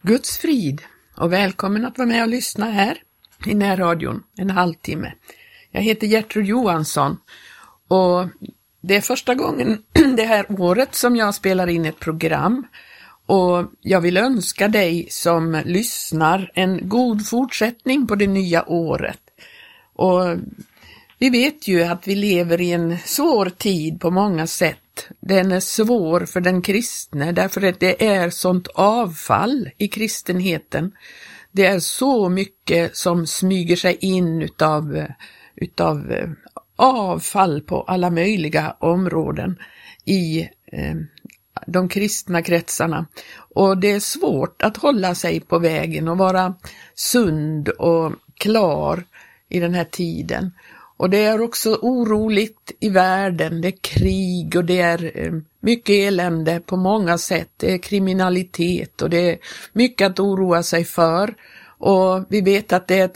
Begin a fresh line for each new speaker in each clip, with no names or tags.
Guds frid och välkommen att vara med och lyssna här i närradion en halvtimme. Jag heter Gertrud Johansson och det är första gången det här året som jag spelar in ett program och jag vill önska dig som lyssnar en god fortsättning på det nya året. Och vi vet ju att vi lever i en svår tid på många sätt. Den är svår för den kristne därför att det är sånt avfall i kristenheten. Det är så mycket som smyger sig in utav avfall på alla möjliga områden i de kristna kretsarna. Och det är svårt att hålla sig på vägen och vara sund och klar i den här tiden. Och det är också oroligt i världen, det är krig och det är mycket elände på många sätt. Det är kriminalitet och det är mycket att oroa sig för. Och vi vet att det är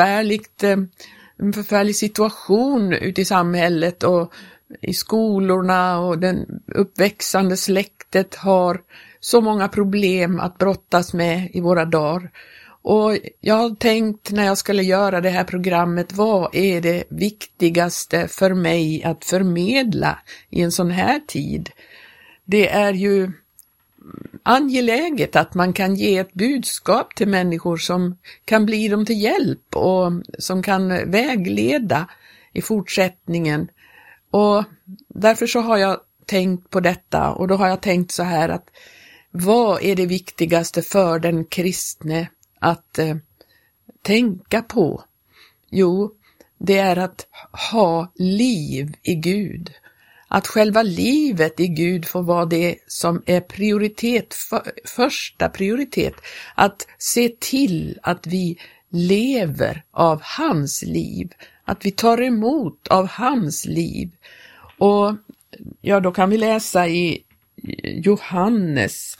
en förfärlig situation ute i samhället och i skolorna, och den uppväxande släktet har så många problem att brottas med i våra dagar. Och jag har tänkt när jag skulle göra det här programmet, vad är det viktigaste för mig att förmedla i en sån här tid? Det är ju angeläget att man kan ge ett budskap till människor som kan bli dem till hjälp och som kan vägleda i fortsättningen. Och därför så har jag tänkt på detta, och då har jag tänkt så här att vad är det viktigaste för den kristne att tänka på? Jo, det är att ha liv i Gud. Att själva livet i Gud får vara det som är första prioritet. Att se till att vi lever av hans liv. Att vi tar emot av hans liv. Och ja, då kan vi läsa i Johannes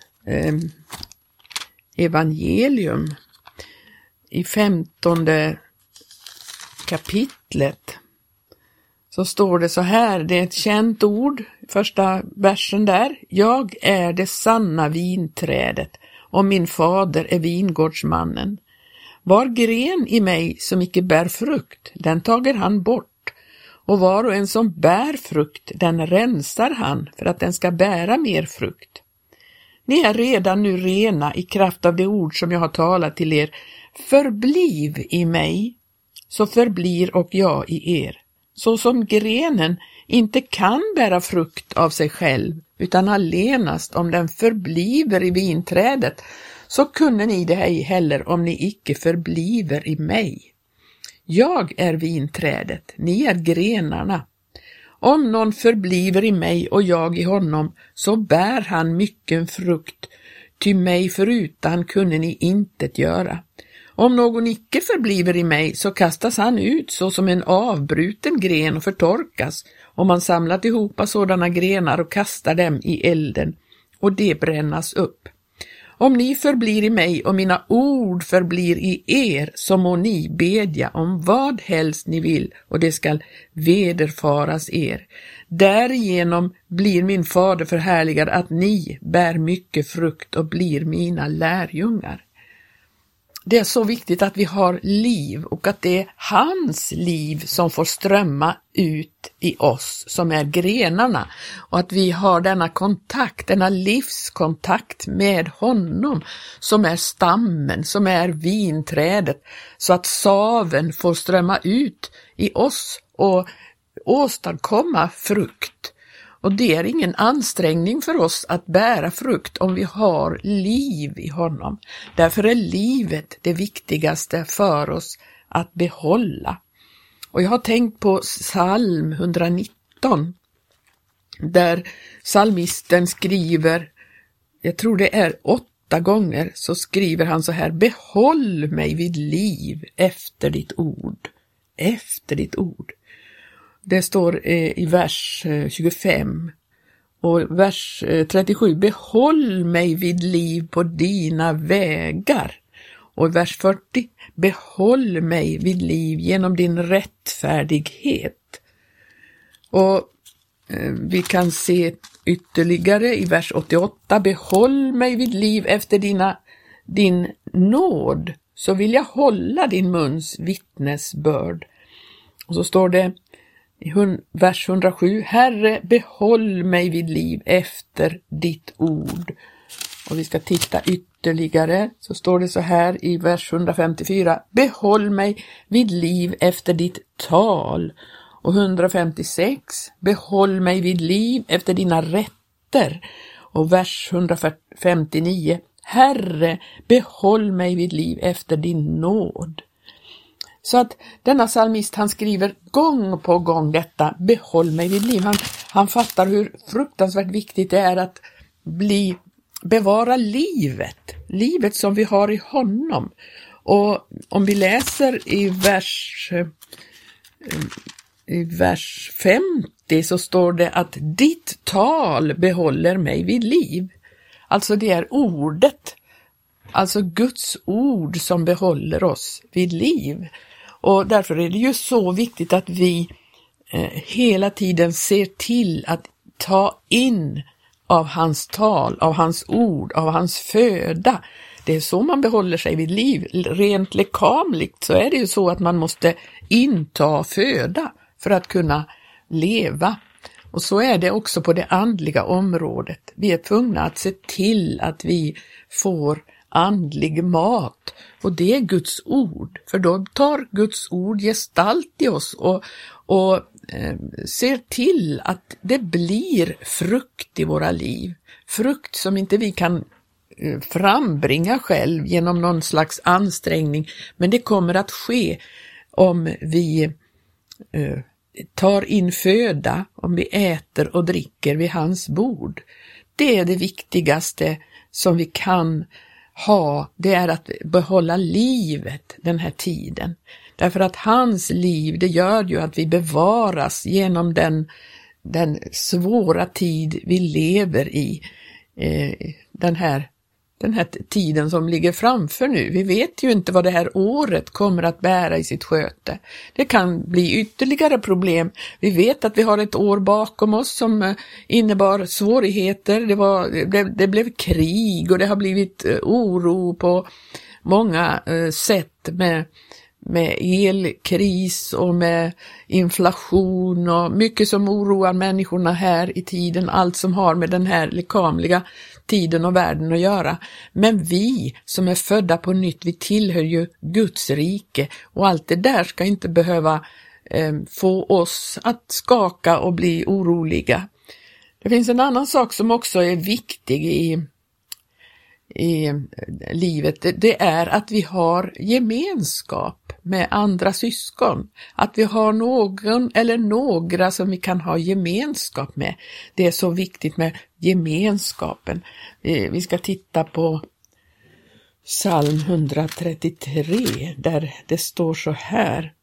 evangelium i 15:e kapitlet. Så står det så här, det är ett känt ord, första versen där. Jag är det sanna vinträdet och min fader är vingårdsmannen. Var gren i mig som icke bär frukt, den tager han bort. Och var och en som bär frukt, den rensar han för att den ska bära mer frukt. Ni är redan nu rena i kraft av det ord som jag har talat till er. Förbliv i mig, så förblir och jag i er. Så som grenen inte kan bära frukt av sig själv, utan allenast om den förbliver i vinträdet, så kunde ni det ej heller om ni icke förbliver i mig. Jag är vinträdet, ni är grenarna. Om någon förbliver i mig och jag i honom, så bär han mycken frukt, ty mig förutan kunde ni intet göra. Om någon icke förbliver i mig, så kastas han ut så som en avbruten gren och förtorkas, och man samlat ihop sådana grenar och kastar dem i elden, och det brännas upp. Om ni förblir i mig och mina ord förblir i er, så må ni bedja om vad helst ni vill, och det skall vederfaras er. Därigenom blir min fader förhärligad, att ni bär mycket frukt och blir mina lärjungar. Det är så viktigt att vi har liv och att det är hans liv som får strömma ut i oss som är grenarna, och att vi har denna kontakt, denna livskontakt med honom som är stammen, som är vinträdet, så att saven får strömma ut i oss och åstadkomma frukt. Och det är ingen ansträngning för oss att bära frukt om vi har liv i honom. Därför är livet det viktigaste för oss att behålla. Och jag har tänkt på psalm 119, där psalmisten skriver, jag tror det är 8 gånger, så skriver han så här: behåll mig vid liv efter ditt ord. Efter ditt ord. Det står i vers 25 och vers 37. Behåll mig vid liv på dina vägar. Och i vers 40. Behåll mig vid liv genom din rättfärdighet. Och vi kan se ytterligare i vers 88. Behåll mig vid liv efter dina din nåd så vill jag hålla din muns vittnesbörd. Och så står det i vers 107, Herre, behåll mig vid liv efter ditt ord. Och vi ska titta ytterligare, så står det så här i vers 154, behåll mig vid liv efter ditt tal. Och 156, behåll mig vid liv efter dina rätter. Och vers 159, Herre, behåll mig vid liv efter din nåd. Så att denna psalmist, han skriver gång på gång detta, behåll mig vid liv. Han fattar hur fruktansvärt viktigt det är att bevara livet som vi har i honom. Och om vi läser i vers 50 så står det att ditt tal behåller mig vid liv. Alltså det är ordet, alltså Guds ord som behåller oss vid liv. Och därför är det ju så viktigt att vi hela tiden ser till att ta in av hans tal, av hans ord, av hans föda. Det är så man behåller sig vid liv. Rent lekamligt så är det ju så att man måste inta föda för att kunna leva. Och så är det också på det andliga området. Vi är tvungna att se till att vi får andlig mat. Och det är Guds ord. För då tar Guds ord gestalt i oss och ser till att det blir frukt i våra liv. Frukt som inte vi kan frambringa själv genom någon slags ansträngning. Men det kommer att ske om vi tar in föda, om vi äter och dricker vid hans bord. Det är det viktigaste som vi kan ha, det är att behålla livet den här tiden. Därför att hans liv, det gör ju att vi bevaras genom den svåra tid vi lever i. Den här tiden som ligger framför nu. Vi vet ju inte vad det här året kommer att bära i sitt sköte. Det kan bli ytterligare problem. Vi vet att vi har ett år bakom oss som innebar svårigheter. Det blev krig och det har blivit oro på många sätt med elkris och med inflation och mycket som oroar människorna här i tiden. Allt som har med den här lekamliga tiden och världen att göra. Men vi som är födda på nytt, vi tillhör ju Guds rike. Och allt det där ska inte behöva få oss att skaka och bli oroliga. Det finns en annan sak som också är viktig i livet. Det är att vi har gemenskap med andra syskon. Att vi har någon eller några som vi kan ha gemenskap med. Det är så viktigt med gemenskapen. Vi ska titta på psalm 133 där det står så här.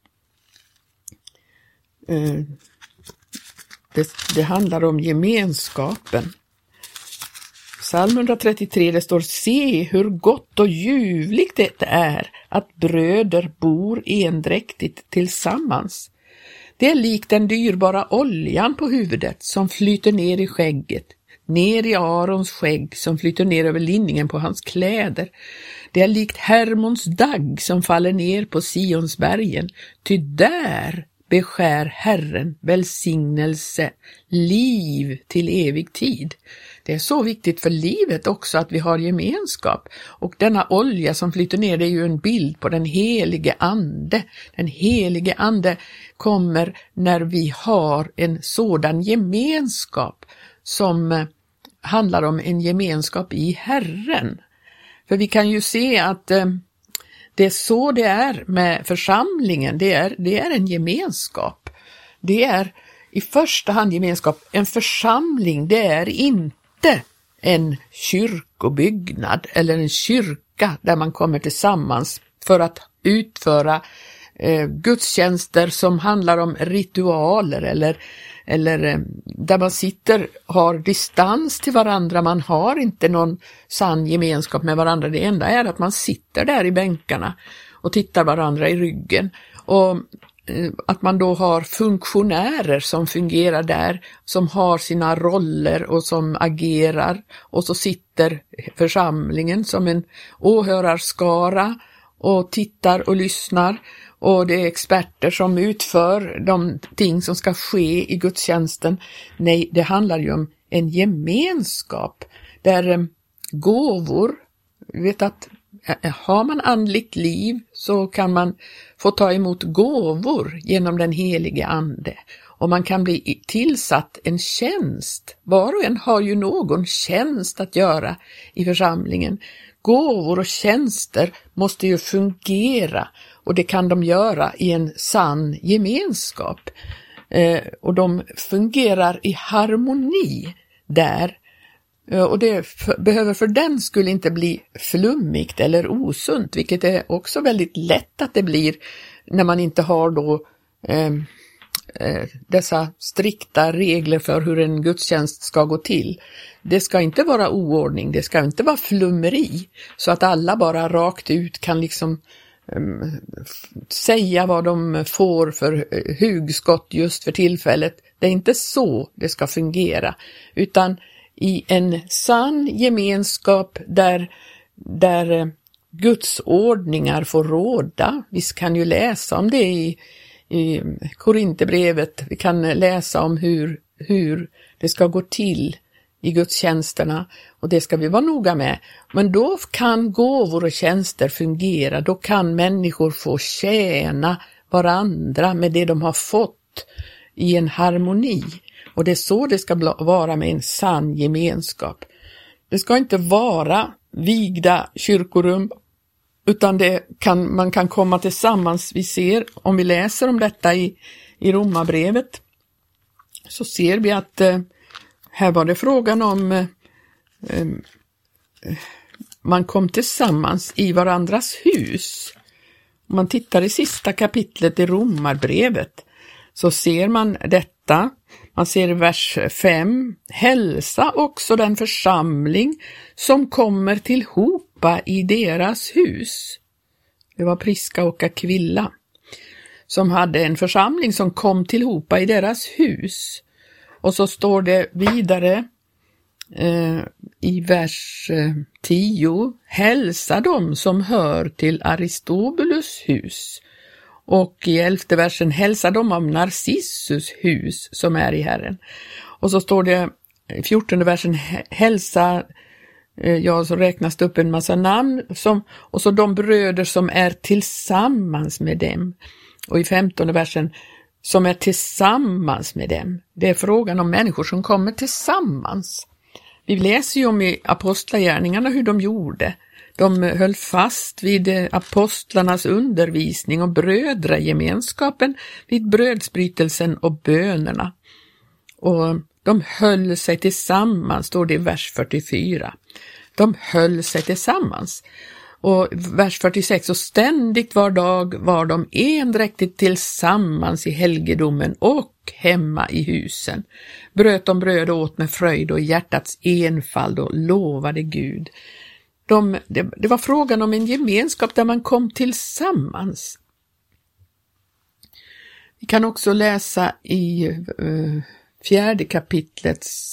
Det handlar om gemenskapen. Psalm 133, det står, se hur gott och ljuvligt det är att bröder bor endräktigt tillsammans. Det är likt den dyrbara oljan på huvudet som flyter ner i skägget, ner i Arons skägg som flyter ner över linningen på hans kläder. Det är likt Hermons dagg som faller ner på Sionsbergen, ty där beskär Herren välsignelse, liv till evig tid. Det är så viktigt för livet också att vi har gemenskap. Och denna olja som flyter ner, det är ju en bild på den helige ande. Den helige ande kommer när vi har en sådan gemenskap som handlar om en gemenskap i Herren. För vi kan ju se att det är så det är med församlingen. Det är en gemenskap. Det är i första hand gemenskap. En församling, det är inte en kyrkobyggnad eller en kyrka där man kommer tillsammans för att utföra gudstjänster som handlar om ritualer eller där man har distans till varandra. Man har inte någon sann gemenskap med varandra. Det enda är att man sitter där i bänkarna och tittar varandra i ryggen. Och att man då har funktionärer som fungerar där, som har sina roller och som agerar, och så sitter församlingen som en åhörarskara och tittar och lyssnar, och det är experter som utför de ting som ska ske i gudstjänsten. Nej, det handlar ju om en gemenskap där gåvor, vet att har man andligt liv så kan man få ta emot gåvor genom den helige ande, och man kan bli tillsatt en tjänst. Var och en har ju någon tjänst att göra i församlingen. Gåvor och tjänster måste ju fungera, och det kan de göra i en sann gemenskap. Och de fungerar i harmoni där. Och det behöver för den skulle inte bli flummigt eller osunt, vilket är också väldigt lätt att det blir när man inte har då dessa strikta regler för hur en gudstjänst ska gå till. Det ska inte vara oordning, det ska inte vara flummeri, så att alla bara rakt ut kan liksom säga vad de får för hugskott just för tillfället. Det är inte så det ska fungera, utan i en sann gemenskap där Guds ordningar får råda. Vi kan ju läsa om det i Korinthierbrevet. Vi kan läsa om hur det ska gå till i gudstjänsterna, och det ska vi vara noga med. Men då kan gåvor och tjänster fungera. Då kan människor få tjäna varandra med det de har fått i en harmoni. Och det är så det ska vara med en sann gemenskap. Det ska inte vara vigda kyrkorum, utan man kan komma tillsammans. Vi ser, om vi läser om detta i Romarbrevet, så ser vi att här var det frågan om man kom tillsammans i varandras hus. Om man tittar i sista kapitlet i Romarbrevet så ser man detta. Man ser i vers 5, hälsa också den församling som kommer tillhopa i deras hus. Det var Priska och Aquilla som hade en församling som kom tillhopa i deras hus. Och så står det vidare i vers 10, hälsa dem som hör till Aristobulus hus. Och i 11:e versen, hälsa dem av Narcissus hus som är i Herren. Och så står det i 14:e versen, hälsa, så räknas det upp en massa namn, och så de bröder som är tillsammans med dem. Och i 15:e versen, som är tillsammans med dem. Det är frågan om människor som kommer tillsammans. Vi läser ju om i apostlagärningarna hur de gjorde. De höll fast vid apostlarnas undervisning och brödragemenskapen vid brödsbrytelsen och bönerna. Och de höll sig tillsammans, står det i vers 44. De höll sig tillsammans. Och vers 46, och ständigt var dag var de endräktigt tillsammans i helgedomen och hemma i husen. Bröt de bröd och åt med fröjd och hjärtats enfald och lovade Gud. Det var frågan om en gemenskap där man kom tillsammans. Vi kan också läsa i 4:e kapitlets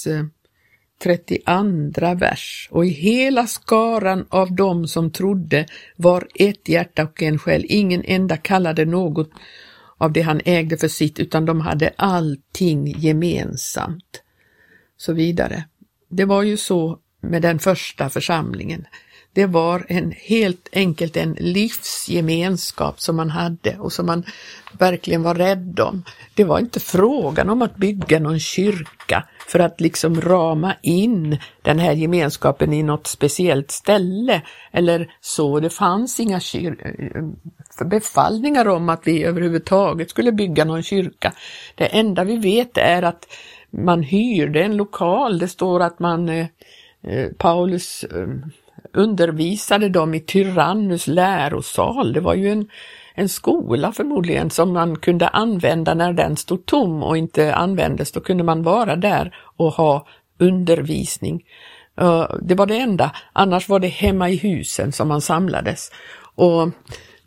32:a vers. Och i hela skaran av dem som trodde var ett hjärta och en själ. Ingen enda kallade något av det han ägde för sitt, utan de hade allting gemensamt. Så vidare. Det var ju så med den första församlingen. Det var helt enkelt en livsgemenskap som man hade och som man verkligen var rädd om. Det var inte frågan om att bygga någon kyrka för att liksom rama in den här gemenskapen i något speciellt ställe eller så. Det fanns inga befallningar om att vi överhuvudtaget skulle bygga någon kyrka. Det enda vi vet är att man hyrde en lokal. Det står att Paulus undervisade dem i Tyrannus lärosal. Det var ju en skola förmodligen som man kunde använda när den stod tom och inte användes. Då kunde man vara där och ha undervisning. Det var det enda. Annars var det hemma i husen som man samlades. Och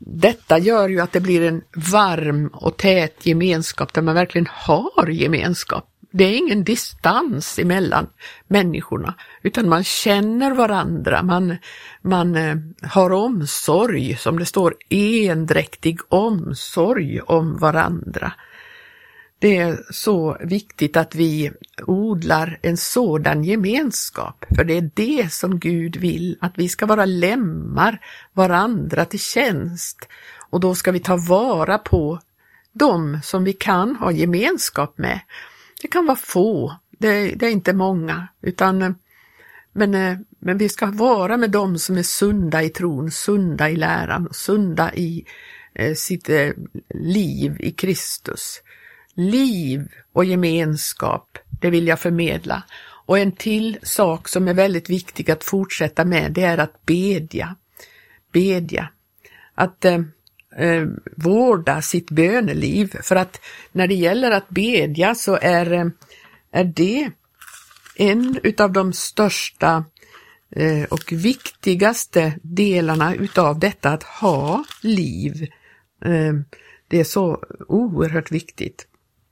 detta gör ju att det blir en varm och tät gemenskap där man verkligen har gemenskap. Det är ingen distans emellan människorna, utan man känner varandra, man har omsorg, som det står, endräktig omsorg om varandra. Det är så viktigt att vi odlar en sådan gemenskap, för det är det som Gud vill, att vi ska vara lemmar varandra till tjänst, och då ska vi ta vara på dem som vi kan ha gemenskap med. Det kan vara få, det är inte många, men vi ska vara med dem som är sunda i tron, sunda i läran, sunda i sitt liv i Kristus. Liv och gemenskap, det vill jag förmedla. Och en till sak som är väldigt viktig att fortsätta med, det är att bedja. Att vårda sitt böneliv, för att när det gäller att bedja så är det en utav de största och viktigaste delarna utav detta att ha liv. Det är så oerhört viktigt.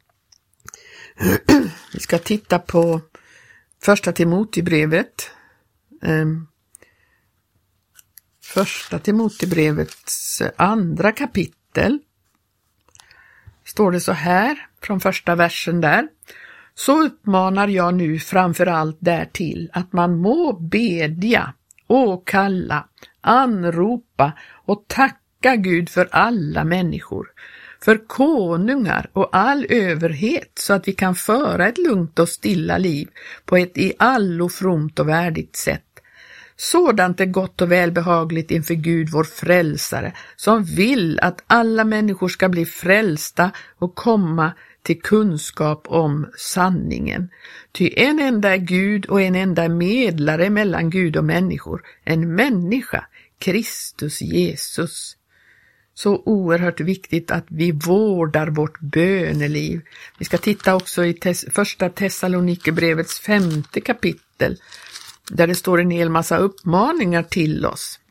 Vi ska titta på första Timotebrevets andra kapitel. Står det så här från första versen där: så uppmanar jag nu framför allt därtill att man må bedja och kalla, anropa och tacka Gud för alla människor, för konungar och all överhet, så att vi kan föra ett lugnt och stilla liv på ett i allo fromt och värdigt sätt. Sådant är gott och välbehagligt inför Gud vår frälsare, som vill att alla människor ska bli frälsta och komma till kunskap om sanningen. Ty en enda är Gud och en enda är medlare mellan Gud och människor, en människa, Kristus Jesus. Så oerhört viktigt att vi vårdar vårt böneliv. Vi ska titta också i första Thessalonikerbrevets 5:e kapitel, där det står en hel massa uppmaningar till oss.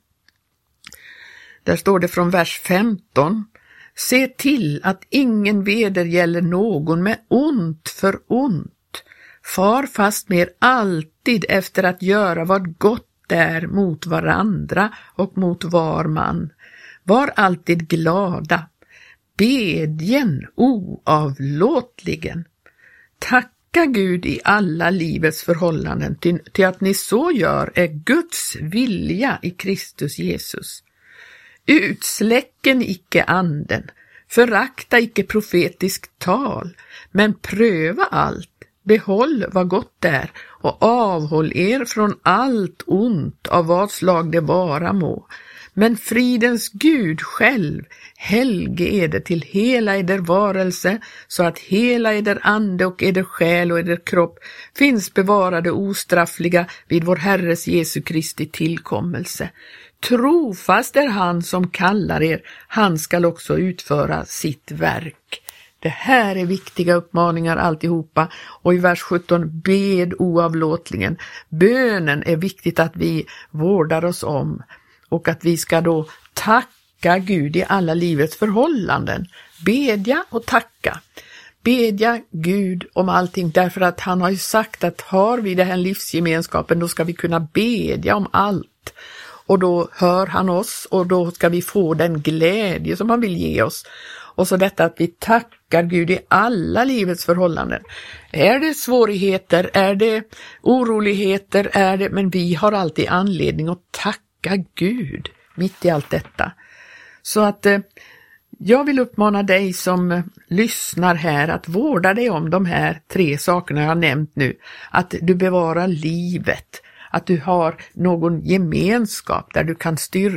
Där står det från vers 15: se till att ingen vedergäller någon med ont för ont. Far fast med er alltid efter att göra vad gott är mot varandra och mot var man. Var alltid glada, bedjen oavlåtligen. Tacka Gud i alla livets förhållanden, till att ni så gör är Guds vilja i Kristus Jesus. Utsläcken icke anden, förakta icke profetiskt tal, men pröva allt, behåll vad gott är och avhåll er från allt ont av vad slag det vara må. Men fridens Gud själv helge eder till hela eder varelse, så att hela eder ande och eder själ och eder kropp finns bevarade ostraffliga vid vår Herres Jesu Kristi tillkommelse. Trofast är han som kallar er, han skall också utföra sitt verk. Det här är viktiga uppmaningar alltihopa, och i vers 17, bed oavlåtligen. Bönen är viktigt att vi vårdar oss om, och att vi ska då tacka Gud i alla livets förhållanden. Bedja och tacka. Bedja Gud om allting, därför att han har ju sagt att har vi den här livsgemenskapen, då ska vi kunna bedja om allt. Och då hör han oss, och då ska vi få den glädje som han vill ge oss. Och så detta att vi tackar Gud i alla livets förhållanden. Är det svårigheter, är det oroligheter, men vi har alltid anledning att tacka Gud mitt i allt detta. Så att jag vill uppmana dig som lyssnar här att vårda dig om de här 3 sakerna jag har nämnt nu. Att du bevarar livet, att du har någon gemenskap där du kan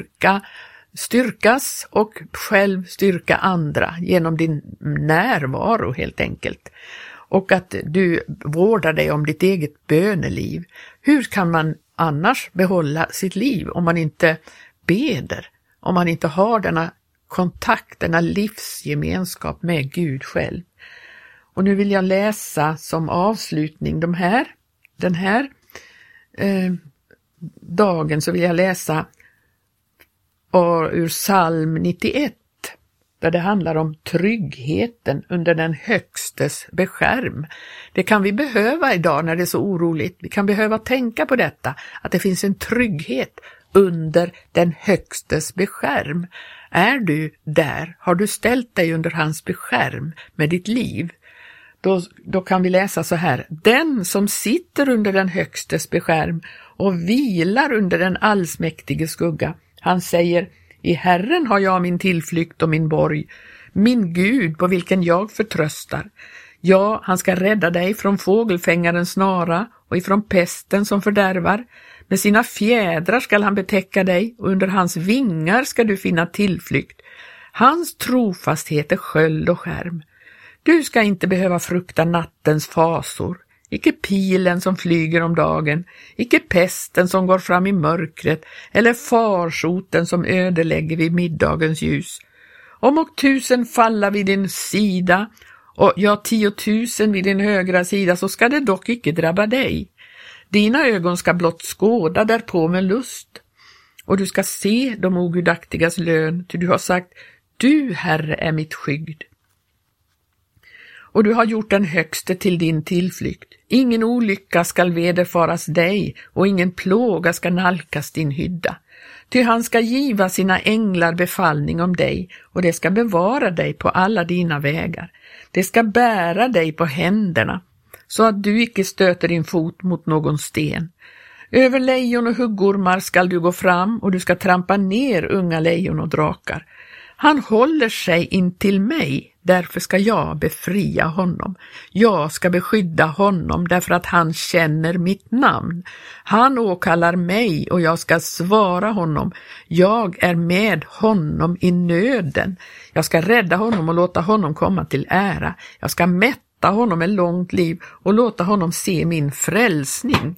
styrkas och själv styrka andra genom din närvaro helt enkelt. Och att du vårdar dig om ditt eget böneliv. Hur kan man annars behålla sitt liv om man inte beder, om man inte har denna kontakt, denna livsgemenskap med Gud själv? Och nu vill jag läsa som avslutning den här dagen, så vill jag läsa och ur psalm 91 där det handlar om tryggheten under den högstes beskärm. Det kan vi behöva idag när det är så oroligt. Vi kan behöva tänka på detta, att det finns en trygghet under den högstes beskärm. Är du där? Har du ställt dig under hans beskärm med ditt liv? Då kan vi läsa så här: den som sitter under den högstes beskärm och vilar under den allsmäktige skugga, han säger: i Herren har jag min tillflykt och min borg, min Gud på vilken jag förtröstar. Ja, han ska rädda dig från fågelfängarens snara och ifrån pesten som fördärvar. Med sina fjädrar skall han betäcka dig och under hans vingar ska du finna tillflykt. Hans trofasthet är sköld och skärm. Du ska inte behöva frukta nattens fasor, icke pilen som flyger om dagen, icke pesten som går fram i mörkret eller farsoten som ödelägger vid middagens ljus. Om och 1000 falla vid din sida och 10 000 vid din högra sida, så ska det dock icke drabba dig. Dina ögon ska blott skåda därpå med lust, och du ska se de ogudaktigas lön, ty du har sagt: du, Herre, är mitt skydd. Och du har gjort den högste till din tillflykt. Ingen olycka skall vederfaras dig, och ingen plåga ska nalkas din hydda. Ty han ska giva sina änglar befallning om dig, och det ska bevara dig på alla dina vägar. Det ska bära dig på händerna, så att du icke stöter din fot mot någon sten. Över lejon och huggormar skall du gå fram, och du ska trampa ner unga lejon och drakar. Han håller sig in till mig, därför ska jag befria honom. Jag ska beskydda honom därför att han känner mitt namn. Han åkallar mig och jag ska svara honom. Jag är med honom i nöden. Jag ska rädda honom och låta honom komma till ära. Jag ska mätta honom med långt liv och låta honom se min frälsning.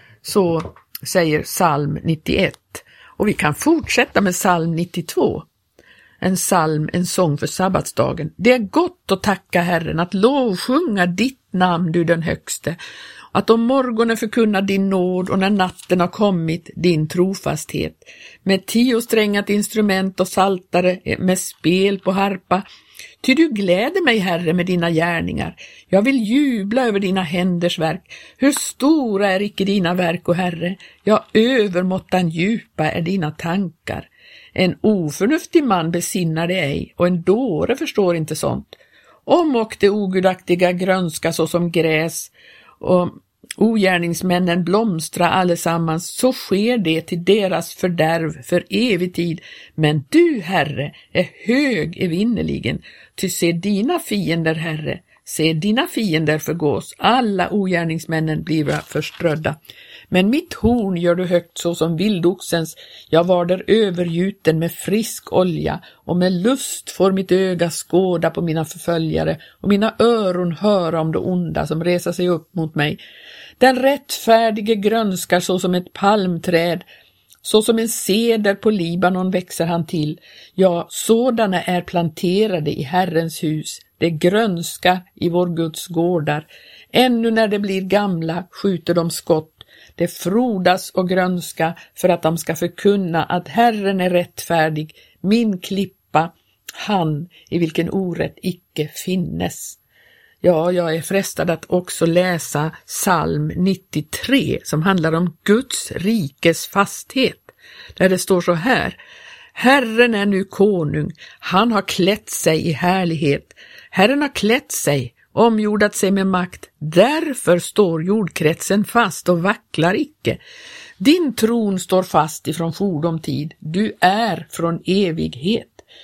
Så säger psalm 91. Och vi kan fortsätta med psalm 92. En psalm, en sång för sabbatsdagen. Det är gott att tacka Herren, att lovsjunga ditt namn, du den högste. Att om morgonen förkunna din nåd och när natten har kommit din trofasthet. Med 10-strängat instrument och saltare, med spel på harpa. Ty du gläder mig, Herre, med dina gärningar. Jag vill jubla över dina händers verk. Hur stora är icke dina verk, o Herre? Ja, övermåttan djupa är dina tankar. En oförnuftig man besinnar det ej, och en dåre förstår inte sånt. Om och det ogudaktiga grönska så som gräs, och ogärningsmännen blomstra allesammans, så sker det till deras fördärv för evig tid. Men du, Herre, är hög evinnerligen, ty se dina fiender, Herre, se dina fiender förgås, alla ogärningsmännen blir förströdda. Men mitt horn gör du högt så som vildoxens, jag var där övergjuten med frisk olja, och med lust får mitt öga skåda på mina förföljare, och mina öron höra om det onda som reser sig upp mot mig. Den rättfärdige grönskar så som ett palmträd, så som en ceder på Libanon växer han till. Ja, sådana är planterade i Herrens hus, det grönska i vår Guds gårdar. Ännu när det blir gamla skjuter de skott. Det frodas och grönska för att de ska förkunna att Herren är rättfärdig, min klippa, han i vilken orätt icke finnes. Ja, jag är frestad att också läsa psalm 93 som handlar om Guds rikes fasthet. Där det står så här: Herren är nu konung, han har klätt sig i härlighet. Herren har klätt sig, omjordat sig med makt, därför står jordkretsen fast och vacklar icke. Din tron står fast ifrån fordom tid, du är från evighet.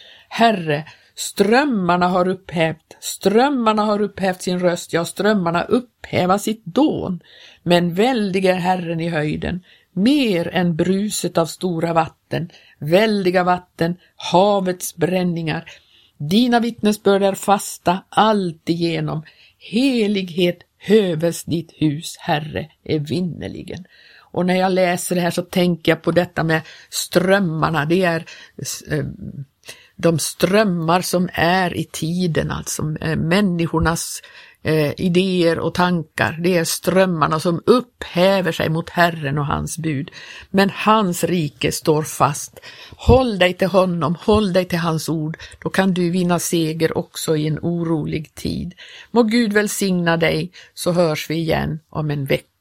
Herre, strömmarna har upphävt sin röst, ja, strömmarna upphäva sitt dån. Men väldig är Herren i höjden, mer än bruset av stora vatten, väldiga vatten, havets bränningar. Dina vittnesbörd är fasta allt igenom. Helighet höves ditt hus, Herre, evinnerligen. Och när jag läser det här så tänker jag på detta med strömmarna. Det är de strömmar som är i tiden, alltså människornas idéer och tankar. Det är strömmarna som upphäver sig mot Herren och hans bud. Men hans rike står fast. Håll dig till honom, håll dig till hans ord. Då kan du vinna seger också i en orolig tid. Må Gud välsigna dig, så hörs vi igen om en vecka.